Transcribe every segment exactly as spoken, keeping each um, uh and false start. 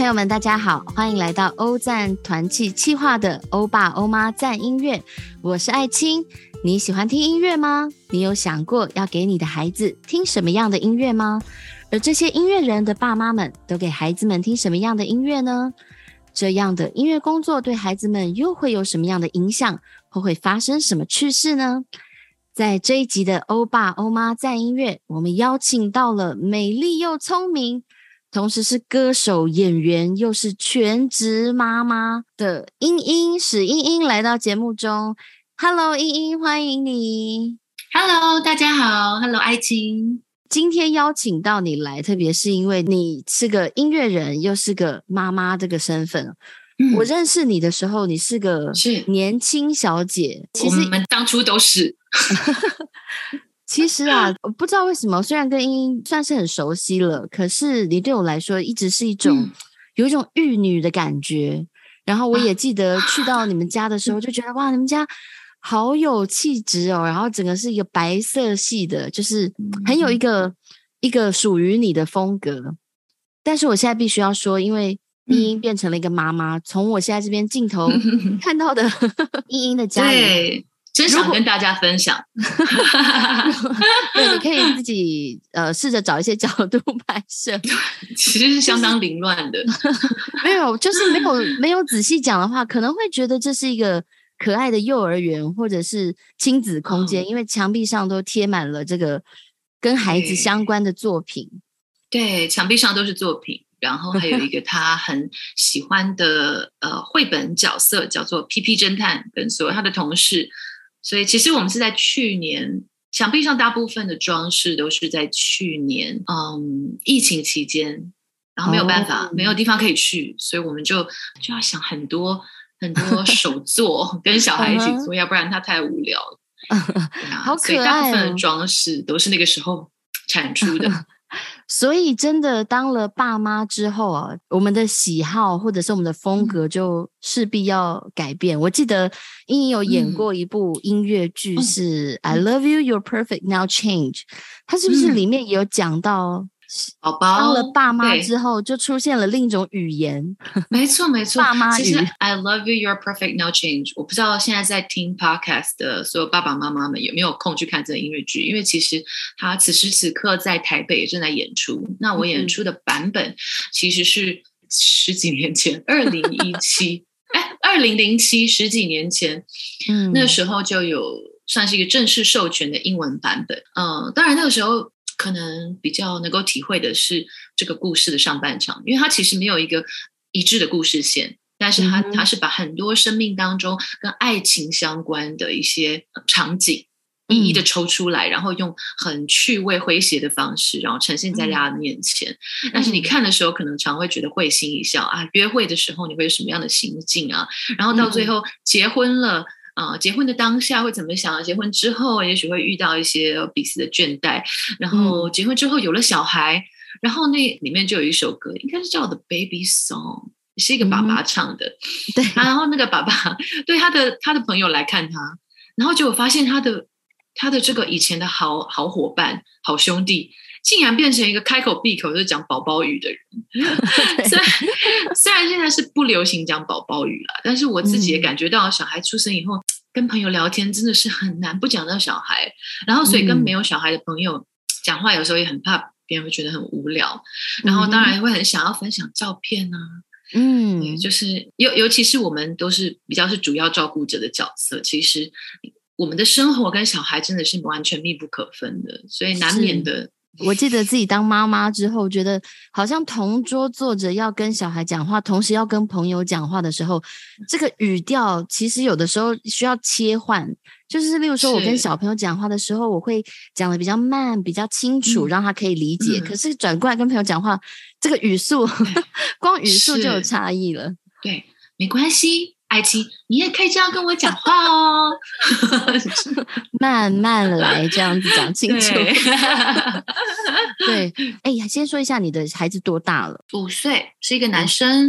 友们大家好，欢迎来到欧赞团契企划的欧爸欧妈赞音乐，我是艾青。你喜欢听音乐吗？你有想过要给你的孩子听什么样的音乐吗？而这些音乐人的爸妈们都给孩子们听什么样的音乐呢？这样的音乐工作对孩子们又会有什么样的影响，或会发生什么趣事呢？在这一集的欧爸欧妈赞音乐，我们邀请到了美丽又聪明，同时是歌手、演员，又是全职妈妈的英英史英英来到节目中。Hello， 英英，欢迎你。 Hello， 大家好。Hello， 爱情。 今天邀请到你来，特别是因为你是个音乐人，又是个妈妈这个身份。嗯、我认识你的时候，你是个年轻小姐。 其实我们当初都是。 其实啊，我不知道为什么，虽然跟英英算是很熟悉了，可是你对我来说一直是一种、嗯、有一种玉女的感觉。然后我也记得去到你们家的时候，就觉得、啊、哇，你们家好有气质哦。然后整个是一个白色系的，就是很有一个、嗯、一个属于你的风格。但是我现在必须要说，因为英英变成了一个妈妈，从我现在这边镜头看到的英英的家里。 对，真想跟大家分享。 对，你可以自己呃试着找一些角度拍摄。 其实是相当凌乱的。 没有，就是没有没有仔细讲的话，可能会觉得这是一个可爱的幼儿园或者是亲子空间、哦，因为墙壁上都贴满了这个跟孩子相关的作品。 对，墙壁上都是作品。然后还有一个他很喜欢的呃绘本角色叫做屁屁侦探，跟所有他的同事。所以其实我们是在去年，墙壁上大部分的装饰都是在去年嗯疫情期间，然后没有办法、oh. 没有地方可以去，所以我们就就要想很多很多手作跟小孩一起做， uh-huh. 要不然他太无聊了。 uh-huh. 好可爱哦。所以大部分的装饰都是那个时候产出的。 所以真的当了爸妈之后啊，我们的喜好或者是我们的风格就势必要改变、嗯、我记得英英有演过一部音乐剧是、嗯、I love you, you're perfect, now change。 它是不是里面也有讲到宝宝当了爸妈之后就出现了另一种语言？ 没错没错， 爸妈语。 其实 I love you, you're perfect, now change， 我不知道现在在听 podcast 的所有爸爸妈妈们有没有空去看这个音乐剧，因为其实他此时此刻在台北也正在演出。那我演出的版本其实是十几年前，二零一七哎，二零零七十几年前，嗯，那时候就有算是一个正式授权的英文版本。嗯，当然那个时候可能比较能够体会的是这个故事的上半场，因为它其实没有一个一致的故事线，但是它、嗯、它是把很多生命当中跟爱情相关的一些场景一一的抽出来、嗯、然后用很趣味诙谐的方式然后呈现在大家的面前、嗯、但是你看的时候可能常会觉得会心一笑啊，约会的时候你会有什么样的心境啊，然后到最后结婚了、嗯啊、呃，结婚的当下会怎么想？结婚之后也许会遇到一些彼此的倦怠，然后结婚之后有了小孩、嗯、然后那里面就有一首歌，应该是叫 The Baby Song， 是一个爸爸唱的、嗯、对，然后那个爸爸对他的他的朋友来看他，然后就发现他的他的这个以前的好好伙伴好兄弟竟然变成一个开口闭口就讲宝宝语的人。虽然虽然现在是不流行讲宝宝语啦，但是我自己也感觉到小孩出生以后、嗯、跟朋友聊天真的是很难不讲到小孩，然后所以跟没有小孩的朋友讲话有时候也很怕别人会觉得很无聊，然后当然会很想要分享照片啊，嗯，就是尤尤其是我们都是比较是主要照顾者的角色，其实我们的生活跟小孩真的是完全密不可分的，所以难免的。 我记得自己当妈妈之后，觉得好像同桌坐着要跟小孩讲话，同时要跟朋友讲话的时候，这个语调其实有的时候需要切换。就是例如说我跟小朋友讲话的时候，我会讲的比较慢比较清楚、嗯、让他可以理解、嗯、可是转过来跟朋友讲话，这个语速光语速就有差异了。 对，没关系，爱情你也可以这样跟我讲话哦。 慢慢来，这样子讲清楚。对，哎呀，先说一下你的孩子多大了？ 五岁，是一个男生。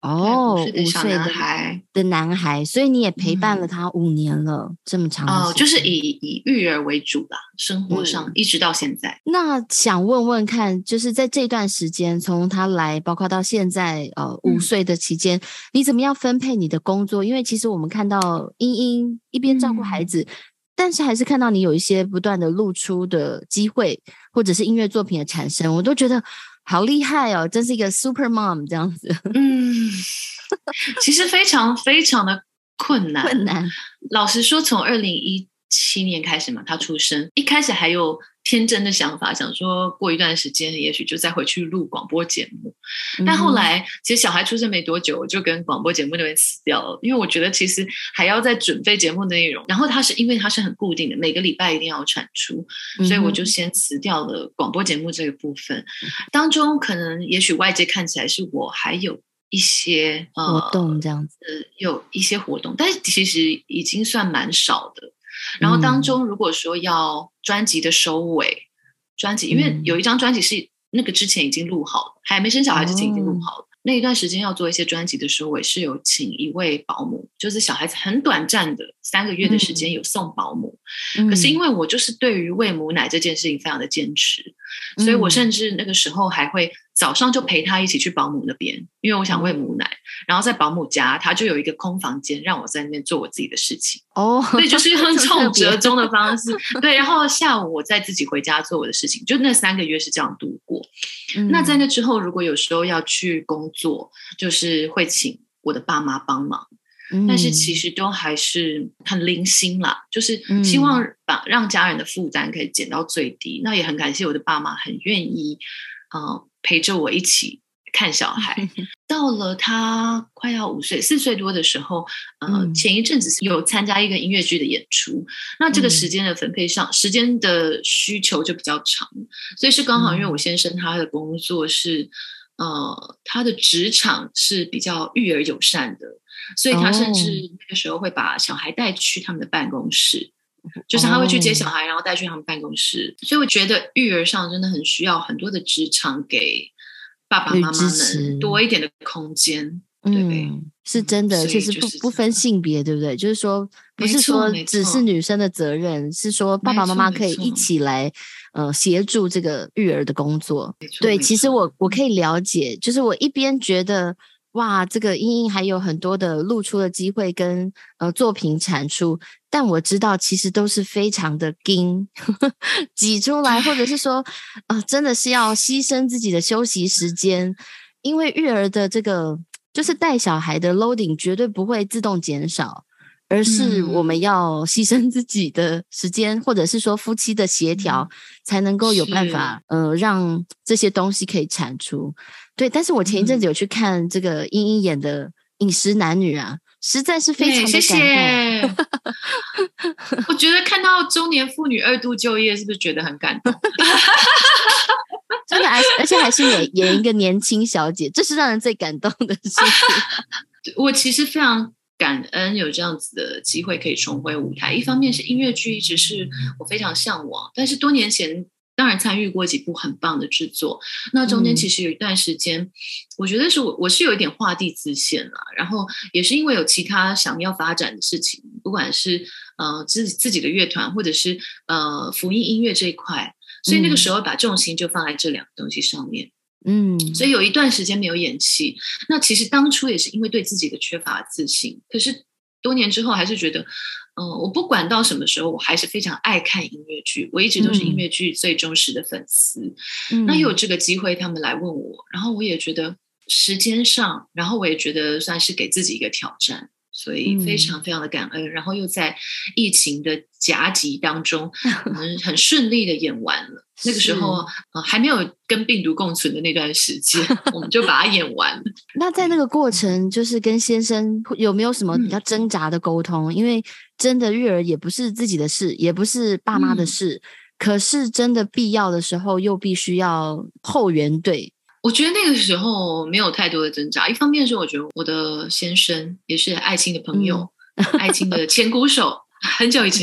哦， 五岁的小男孩的男孩，所以你也陪伴了他五年了，嗯、这么长的时间。 哦，就是以以育儿为主啦，生活上、嗯、一直到现在。 那想问问看，就是在这段时间，从他来，包括到现在，呃，五岁的期间、嗯，你怎么样分配你的工作？因为其实我们看到英英一边照顾孩子。嗯，但是还是看到你有一些不断的露出的机会，或者是音乐作品的产生，我都觉得好厉害哦，真是一个 super mom 这样子。 嗯，其实非常非常的困难。 困难。 老实说，从二零一七年开始嘛，他出生，一开始还有天真的想法，想说过一段时间，也许就再回去录广播节目。嗯、但后来，其实小孩出生没多久，我就跟广播节目那边辞掉了，因为我觉得其实还要再准备节目内容。然后他是因为他是很固定的，每个礼拜一定要产出，所以我就先辞掉了广播节目这个部分。嗯、当中可能也许外界看起来是我还有一些、 呃、活动这样子， 有一些活动，但是其实已经算蛮少的。然后当中如果说要专辑的收尾，专辑因为有一张专辑是那个之前已经录好了，还没生小孩之前已经录好了、哦、那一段时间要做一些专辑的收尾，是有请一位保姆，就是小孩子很短暂的三个月的时间有送保姆、嗯、可是因为我就是对于喂母奶这件事情非常的坚持、嗯、所以我甚至那个时候还会早上就陪他一起去保姆那边，因为我想喂母奶、嗯、然后在保姆家他就有一个空房间让我在那边做我自己的事情哦，所以就是用这种折中的方式对，然后下午我再自己回家做我的事情，就那三个月是这样度过、嗯、那在那之后如果有时候要去工作，就是会请我的爸妈帮忙、嗯、但是其实都还是很零星啦，就是希望把让家人的负担可以减到最低、嗯、那也很感谢我的爸妈很愿意呃，陪着我一起看小孩到了他快要五岁四岁多的时候呃、嗯，前一阵子有参加一个音乐剧的演出，那这个时间的分配上、嗯、时间的需求就比较长，所以是刚好因为我先生他的工作是、嗯、呃，他的职场是比较育儿友善的，所以他甚至那个时候会把小孩带去他们的办公室，就是他会去接小孩然后带去他们办公室、哦、所以我觉得育儿上真的很需要很多的职场给爸爸妈妈们多一点的空间，对、嗯、 是真的，其实不不分性别，对不对？就是说不是说只是女生的责任，是说爸爸妈妈可以一起来呃协助这个育儿的工作。对，其实我我可以了解，就是我一边觉得哇，这个英英还有很多的露出的机会跟呃作品产出，但我知道其实都是非常的硬挤出来，或者是说呃真的是要牺牲自己的休息时间，因为育儿的这个就是带小孩的 loading 绝对不会自动减少，而是我们要牺牲自己的时间、嗯、或者是说夫妻的协调、嗯、才能够有办法呃让这些东西可以产出。对，但是我前一阵子有去看这个英英演的《饮食男女》啊，实在是非常的感动。 谢谢我觉得看到中年妇女二度就业是不是觉得很感动真的，而且还是演演一个年轻小姐，这是让人最感动的事情我其实非常感恩有这样子的机会可以重回舞台，一方面是音乐剧一直是我非常向往，但是多年前当然参与过几部很棒的制作，那中间其实有一段时间、嗯、我觉得是我我是有一点画地自限啦，然后也是因为有其他想要发展的事情，不管是呃自自己的乐团或者是呃福音音乐这一块，所以那个时候把重心就放在这两个东西上面。嗯，所以有一段时间没有演戏，那其实当初也是因为对自己的缺乏自信，可是多年之后还是觉得嗯、呃，我不管到什么时候我还是非常爱看音乐剧，我一直都是音乐剧最忠实的粉丝、嗯、那有这个机会他们来问我，然后我也觉得时间上，然后我也觉得算是给自己一个挑战，所以非常非常的感恩、嗯、然后又在疫情的夹击当中我们很顺利的演完了那个时候、呃、还没有跟病毒共存的那段时间我们就把它演完了那在那个过程就是跟先生有没有什么比较挣扎的沟通、嗯、因为真的育儿也不是自己的事，也不是爸妈的事、嗯、可是真的必要的时候又必须要后援队。 我觉得那个时候没有太多的挣扎，一方面是我觉得我的先生也是爱青的朋友、嗯、爱青的前鼓手很久以前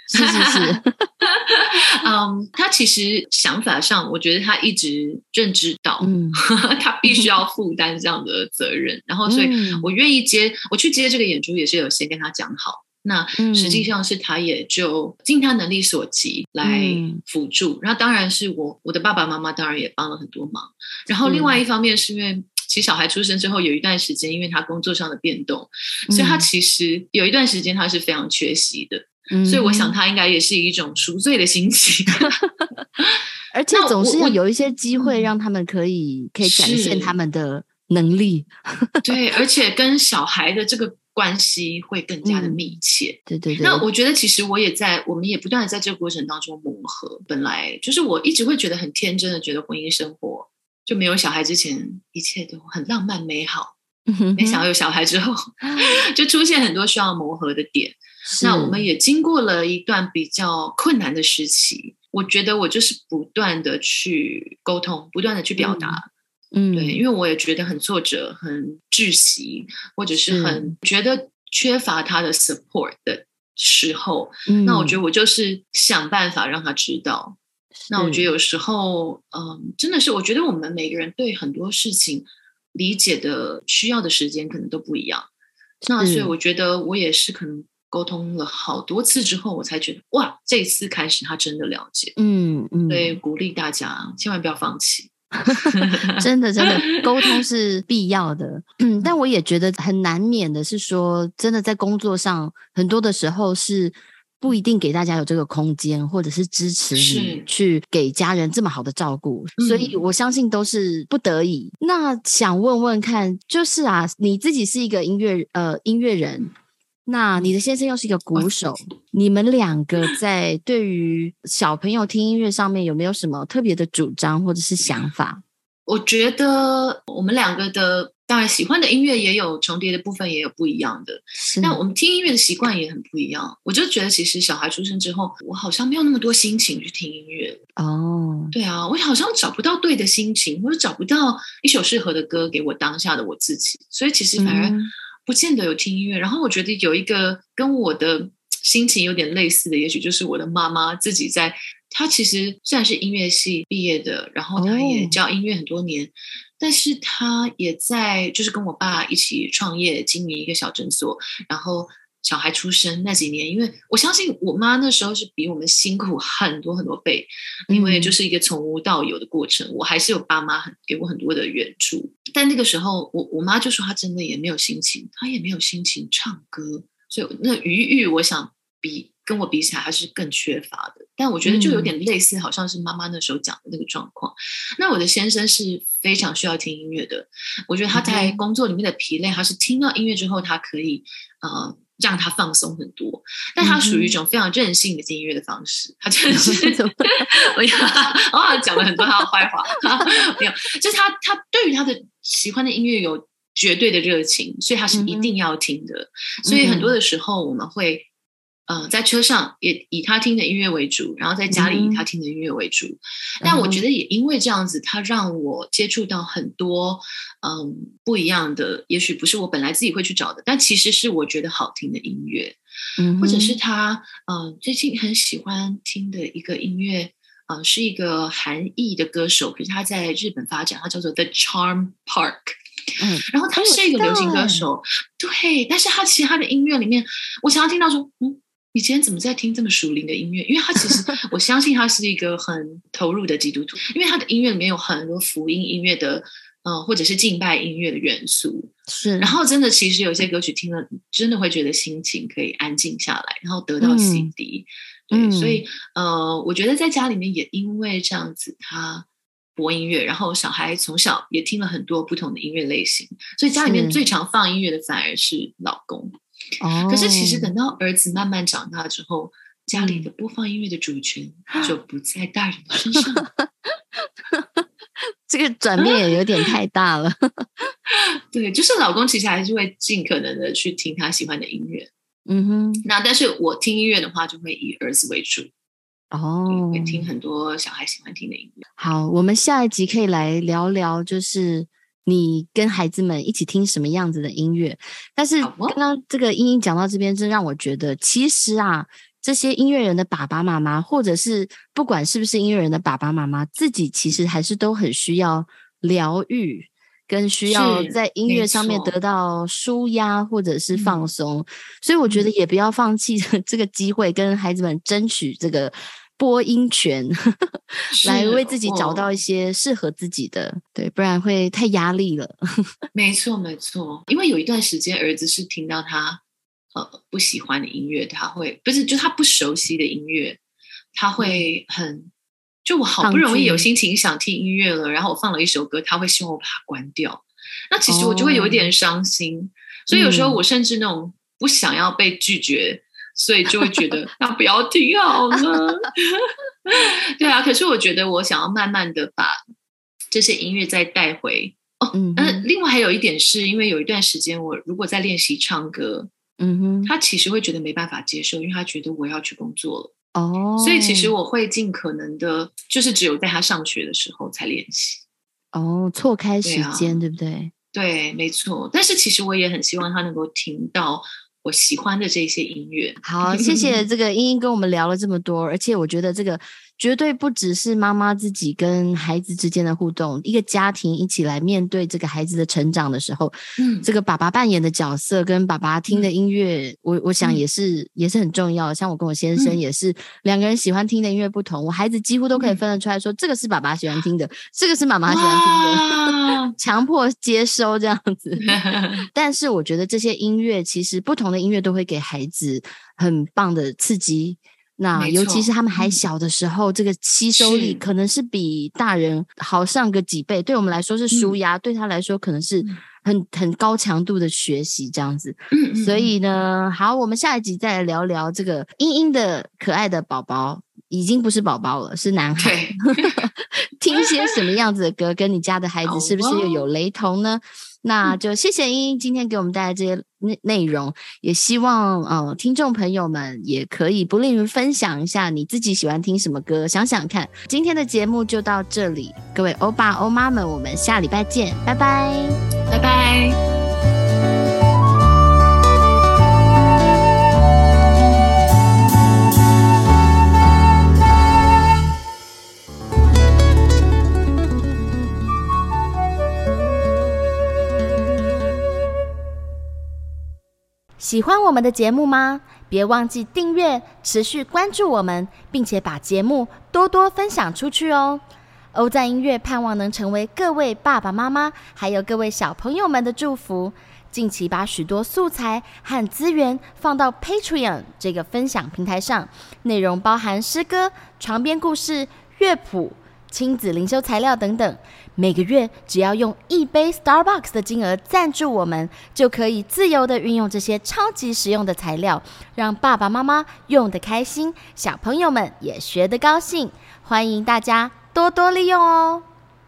是是是， 嗯，他其实想法上，我觉得他一直认知到， 嗯他必须要负担这样的责任，然后所以嗯我愿意接，我去接这个演出也是有先跟他讲好。那实际上是他也就尽他能力所及来辅助，然后当然是我我的爸爸妈妈当然也帮了很多忙，然后另外一方面是因为其实小孩出生之后有一段时间，因为他工作上的变动，所以他其实有一段时间他是非常缺席的，嗯、所以我想他应该也是一种赎罪的心情。 而且总是要有一些机会让他们可以可以展现他们的能力。 对，而且跟小孩的这个关系会更加的密切、嗯、 对对对。 那我觉得其实我也在我们也不断的在这个过程当中磨合，本来就是我一直会觉得很天真的觉得婚姻生活就没有小孩之前一切都很浪漫美好、嗯、没想到有小孩之后就出现很多需要磨合的点，那我们也经过了一段比较困难的时期，我觉得我就是不断的去沟通，不断的去表达、嗯嗯，对，因为我也觉得很挫折，很窒息，或者是很觉得缺乏他的 support 的时候、嗯、那我觉得我就是想办法让他知道。那我觉得有时候嗯，真的是我觉得我们每个人对很多事情理解的需要的时间可能都不一样，那所以我觉得我也是可能沟通了好多次之后，我才觉得哇，这一次开始他真的了解。嗯嗯，所以鼓励大家千万不要放弃。 真的真的沟通是必要的。嗯，但我也觉得很难免的是说真的在工作上很多的时候是不一定给大家有这个空间或者是支持你去给家人这么好的照顾，所以我相信都是不得已、嗯、那想问问看，就是啊你自己是一个音乐呃音乐人，那你的先生又是一个鼓手，你们两个在对于小朋友听音乐上面有没有什么特别的主张或者是想法？ 我觉得我们两个的当然喜欢的音乐也有重叠的部分，也有不一样的，但我们听音乐的习惯也很不一样。我就觉得其实小孩出生之后，我好像没有那么多心情去听音乐哦。对啊，我好像找不到对的心情，或者找不到一首适合的歌给我当下的我自己，所以其实反而、嗯不见得有听音乐。然后我觉得有一个跟我的心情有点类似的，也许就是我的妈妈自己在，她其实虽然是音乐系毕业的，然后她也教音乐很多年、哦、但是她也在就是跟我爸一起创业经营一个小诊所，然后小孩出生那几年，因为我相信我妈那时候是比我们辛苦很多很多倍，因为就是一个从无到有的过程、嗯、我还是有爸妈很给我很多的援助，但那个时候我我妈就说她真的也没有心情，她也没有心情唱歌，所以那余裕我想比跟我比起来还是更缺乏的，但我觉得就有点类似、嗯、好像是妈妈那时候讲的那个状况。那我的先生是非常需要听音乐的，我觉得他在工作里面的疲累、嗯、他是听到音乐之后他可以呃让他放松很多，但他属于一种非常任性的听音乐的方式，他真的是我好像讲了很多他的坏话没有，就是他他对于他的喜欢的音乐有绝对的热情，所以他是一定要听的、嗯、所以很多的时候我们会呃，在车上也以他听的音乐为主，然后在家里以他听的音乐为主、嗯、但我觉得也因为这样子他让我接触到很多嗯不一样的，也许不是我本来自己会去找的，但其实是我觉得好听的音乐、嗯、或者是他嗯最近很喜欢听的一个音乐呃，是一个韩裔的歌手，可是他在日本发展，他叫做 The Charm Park，嗯，然后他是一个流行歌手，对，但是他其实他的音乐里面我常常听到说嗯你今天怎么在听这么属灵的音乐，因为他其实我相信他是一个很投入的基督徒，因为他的音乐里面有很多福音音乐的呃，或者是敬拜音乐的元素，是，然后真的其实有些歌曲听了真的会觉得心情可以安静下来，然后得到洗涤、嗯、对、嗯、所以呃，我觉得在家里面也因为这样子他播音乐，然后小孩从小也听了很多不同的音乐类型，所以家里面最常放音乐的反而是老公哦。可是其实等到儿子慢慢长大之后，家里的播放音乐的主权就不在大人的身上这个转变也有点太大了对，就是老公其实还是会尽可能的去听他喜欢的音乐，嗯哼，那但是我听音乐的话就会以儿子为主哦，会听很多小孩喜欢听的音乐。 好，我们下一集可以来聊聊就是你跟孩子们一起听什么样子的音乐，但是刚刚这个茵茵讲到这边真让我觉得其实啊这些音乐人的爸爸妈妈，或者是不管是不是音乐人的爸爸妈妈，自己其实还是都很需要疗愈，跟需要在音乐上面得到抒压或者是放松、嗯、所以我觉得也不要放弃这个机会，跟孩子们争取这个播音权来为自己找到一些适合自己的，对，不然会太压力了没错没错，因为有一段时间儿子是听到他呃不喜欢的音乐，他会不是就他不熟悉的音乐，他会很、嗯、就我好不容易有心情想听音乐了，然后我放了一首歌，他会希望我把它关掉，那其实我就会有一点伤心、哦、所以有时候我甚至那种不想要被拒绝、嗯，所以就会觉得那不要听好了对啊，可是我觉得我想要慢慢的把这些音乐再带回哦。嗯、呃，另外还有一点是因为有一段时间我如果在练习唱歌，嗯哼，他其实会觉得没办法接受，因为他觉得我要去工作了哦，所以其实我会尽可能的就是只有在他上学的时候才练习哦，错开时间 对,、啊、对不对？ 对，没错，但是其实我也很希望他能够听到我喜欢的这些音乐。 好，谢谢这个英英跟我们聊了这么多，而且我觉得这个绝对不只是妈妈自己跟孩子之间的互动，一个家庭一起来面对这个孩子的成长的时候，嗯，这个爸爸扮演的角色跟爸爸听的音乐、嗯、我我想也是、嗯、也是很重要的。像我跟我先生也是、嗯、两个人喜欢听的音乐不同，我孩子几乎都可以分得出来说、嗯、这个是爸爸喜欢听的，这个是妈妈喜欢听的强迫接收这样子但是我觉得这些音乐其实不同的音乐都会给孩子很棒的刺激，那尤其是他们还小的时候、嗯、这个吸收力可能是比大人好上个几倍，对我们来说是抒压、嗯、对他来说可能是很很高强度的学习这样子、嗯、所以呢好，我们下一集再来聊聊这个英英的可爱的宝宝，已经不是宝宝了，是男孩听些什么样子的歌跟你家的孩子是不是又有雷同呢？那就谢谢英英今天给我们带来这些内容，也希望呃听众朋友们也可以不吝于分享一下你自己喜欢听什么歌，想想看。今天的节目就到这里，各位欧爸欧妈们，我们下礼拜见，拜拜， 拜拜。 喜欢我们的节目吗？别忘记订阅，持续关注我们，并且把节目多多分享出去哦。欧赞音乐盼望能成为各位爸爸妈妈还有各位小朋友们的祝福。近期把许多素材和资源放到 Patreon 这个分享平台上，内容包含诗歌、床边故事、乐谱、亲子灵修材料等等。每个月只要用一杯 Starbucks 的金额赞助我们，就可以自由的运用这些超级实用的材料，让爸爸妈妈用得开心，小朋友们也学得高兴。欢迎大家多多利用哦。